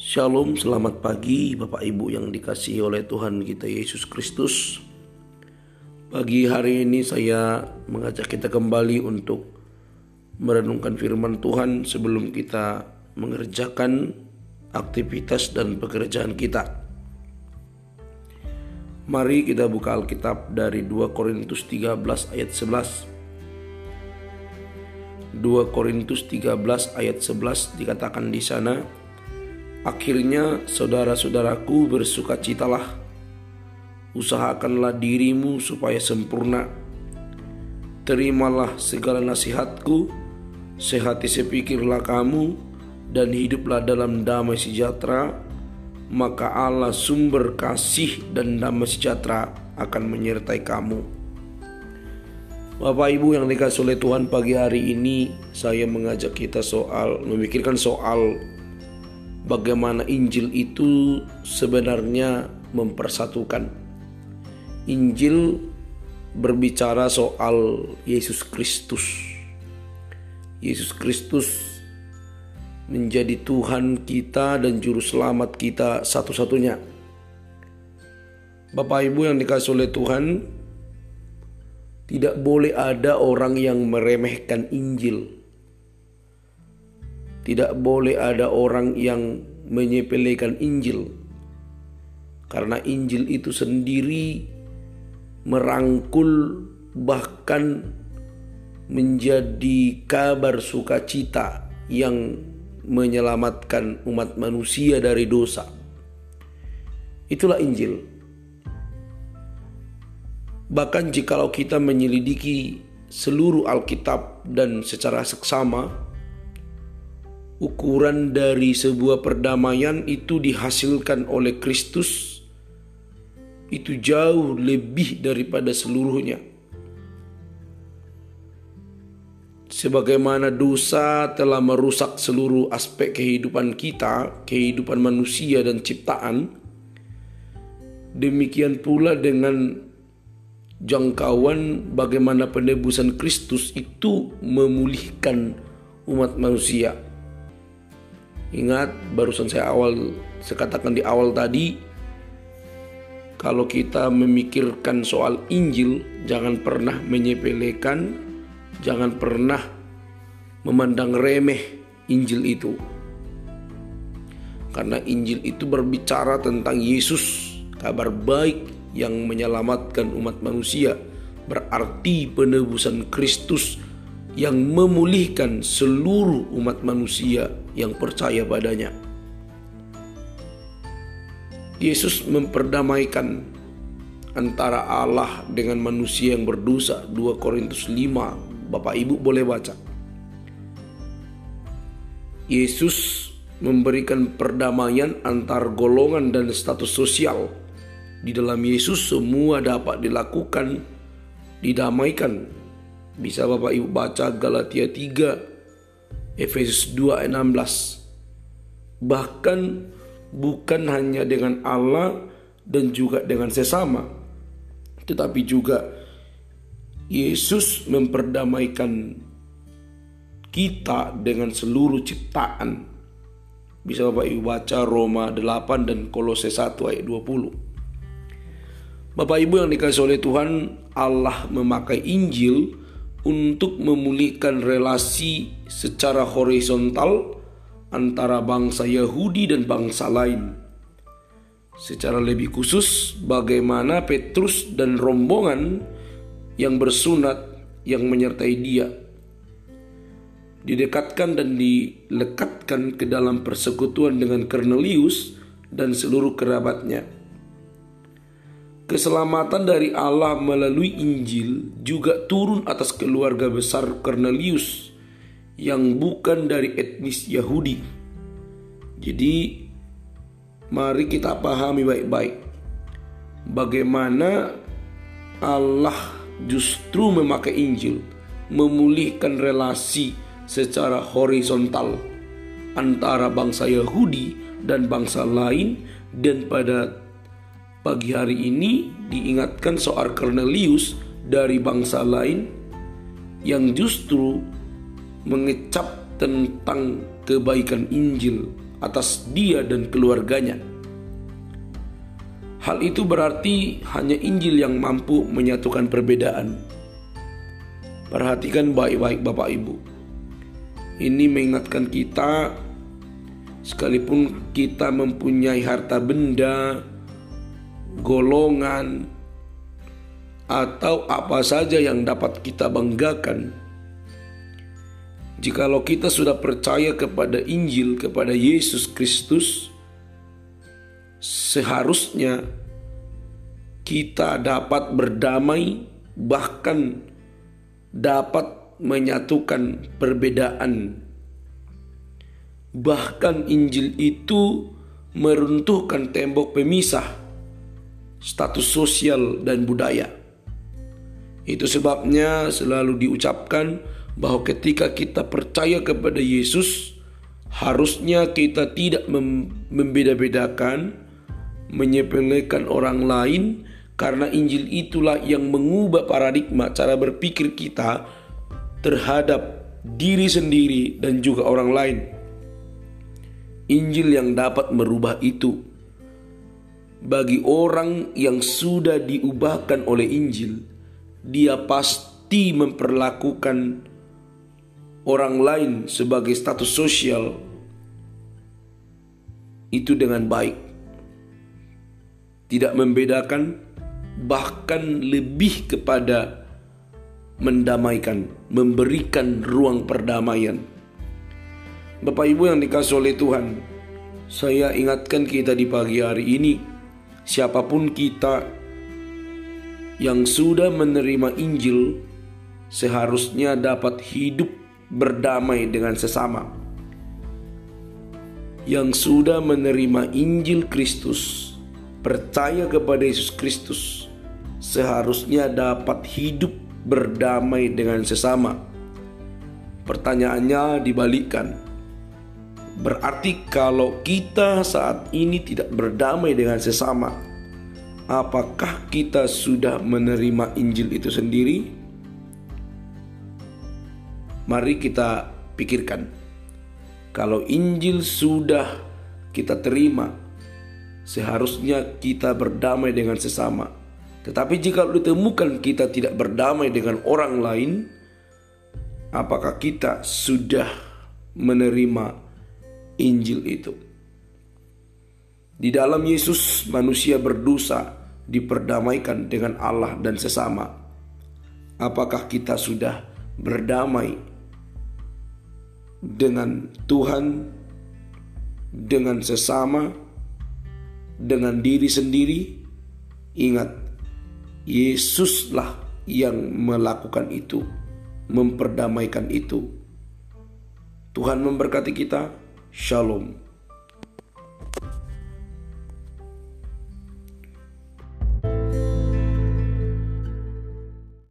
Shalom, selamat pagi Bapak Ibu yang dikasihi oleh Tuhan kita Yesus Kristus. Pagi hari ini saya mengajak kita kembali untuk merenungkan firman Tuhan sebelum kita mengerjakan aktivitas dan pekerjaan kita. Mari kita buka Alkitab dari 2 Korintus 13 ayat 11. 2 Korintus 13 ayat 11 dikatakan di sana, akhirnya saudara-saudaraku, bersukacitalah, usahakanlah dirimu supaya sempurna, terimalah segala nasihatku, sehati sepikirlah kamu, dan hiduplah dalam damai sejahtera, maka Allah sumber kasih dan damai sejahtera akan menyertai kamu. Bapak Ibu yang dikasihi oleh Tuhan, pagi hari ini saya mengajak kita memikirkan soal bagaimana Injil itu sebenarnya mempersatukan. Injil berbicara soal Yesus Kristus. Yesus Kristus menjadi Tuhan kita dan Juru Selamat kita satu-satunya. Bapak Ibu yang dikasihi oleh Tuhan, tidak boleh ada orang yang meremehkan Injil. Tidak boleh ada orang yang menyepelekan Injil. Karena Injil itu sendiri merangkul, bahkan menjadi kabar sukacita yang menyelamatkan umat manusia dari dosa. Itulah Injil. Bahkan jikalau kita menyelidiki seluruh Alkitab dan secara seksama, ukuran dari sebuah perdamaian itu dihasilkan oleh Kristus itu jauh lebih daripada seluruhnya. Sebagaimana dosa telah merusak seluruh aspek kehidupan kita, kehidupan manusia dan ciptaan, demikian pula dengan jangkauan bagaimana penebusan Kristus itu memulihkan umat manusia. Ingat, barusan saya katakan di awal tadi, kalau kita memikirkan soal Injil, jangan pernah menyepelekan, jangan pernah memandang remeh Injil itu. Karena Injil itu berbicara tentang Yesus, kabar baik yang menyelamatkan umat manusia, berarti penebusan Kristus yang memulihkan seluruh umat manusia yang percaya padanya. Yesus memperdamaikan antara Allah dengan manusia yang berdosa. 2 Korintus 5, Bapak Ibu boleh baca. Yesus memberikan perdamaian antar golongan dan status sosial. Di dalam Yesus semua dapat dilakukan, didamaikan. Bisa Bapak Ibu baca Galatia 3, Efesus 2 ayat 16. Bahkan bukan hanya dengan Allah dan juga dengan sesama, tetapi juga Yesus memperdamaikan kita dengan seluruh ciptaan. Bisa Bapak Ibu baca Roma 8 dan Kolose 1 ayat 20. Bapak Ibu yang dikasihi oleh Tuhan, Allah memakai Injil untuk memulihkan relasi secara horizontal antara bangsa Yahudi dan bangsa lain. Secara lebih khusus, bagaimana Petrus dan rombongan yang bersunat yang menyertai dia didekatkan dan dilekatkan ke dalam persekutuan dengan Kornelius dan seluruh kerabatnya. Keselamatan dari Allah melalui Injil juga turun atas keluarga besar Kornelius yang bukan dari etnis Yahudi. Jadi mari kita pahami baik-baik bagaimana Allah justru memakai Injil memulihkan relasi secara horizontal antara bangsa Yahudi dan bangsa lain. Dan pada pagi hari ini diingatkan soal Kornelius dari bangsa lain yang justru mengecap tentang kebaikan Injil atas dia dan keluarganya. Hal itu berarti hanya Injil yang mampu menyatukan perbedaan. Perhatikan baik-baik Bapak Ibu. Ini mengingatkan kita, sekalipun kita mempunyai harta benda, golongan, atau apa saja yang dapat kita banggakan, jikalau kita sudah percaya kepada Injil, kepada Yesus Kristus, seharusnya kita dapat berdamai, bahkan dapat menyatukan perbedaan. Bahkan Injil itu meruntuhkan tembok pemisah status sosial dan budaya. Itu sebabnya selalu diucapkan bahwa ketika kita percaya kepada Yesus, harusnya kita tidak membeda-bedakan, menyepelekan orang lain, karena Injil itulah yang mengubah paradigma cara berpikir kita terhadap diri sendiri dan juga orang lain. Injil yang dapat merubah itu. Bagi orang yang sudah diubahkan oleh Injil, dia pasti memperlakukan orang lain sebagai status sosial itu dengan baik, tidak membedakan, bahkan lebih kepada mendamaikan, memberikan ruang perdamaian. Bapak Ibu yang dikasihi oleh Tuhan, saya ingatkan kita di pagi hari ini, siapapun kita yang sudah menerima Injil seharusnya dapat hidup berdamai dengan sesama. Yang sudah menerima Injil Kristus, percaya kepada Yesus Kristus, seharusnya dapat hidup berdamai dengan sesama. Pertanyaannya dibalikkan. Berarti kalau kita saat ini tidak berdamai dengan sesama, apakah kita sudah menerima Injil itu sendiri? Mari kita pikirkan. Kalau Injil sudah kita terima, seharusnya kita berdamai dengan sesama. Tetapi jika ditemukan kita tidak berdamai dengan orang lain, apakah kita sudah menerima Injil itu? Di dalam Yesus, manusia berdosa diperdamaikan dengan Allah dan sesama. Apakah kita sudah berdamai dengan Tuhan, dengan sesama, dengan diri sendiri? Ingat, Yesuslah yang melakukan itu, memperdamaikan itu. Tuhan memberkati kita. Shalom.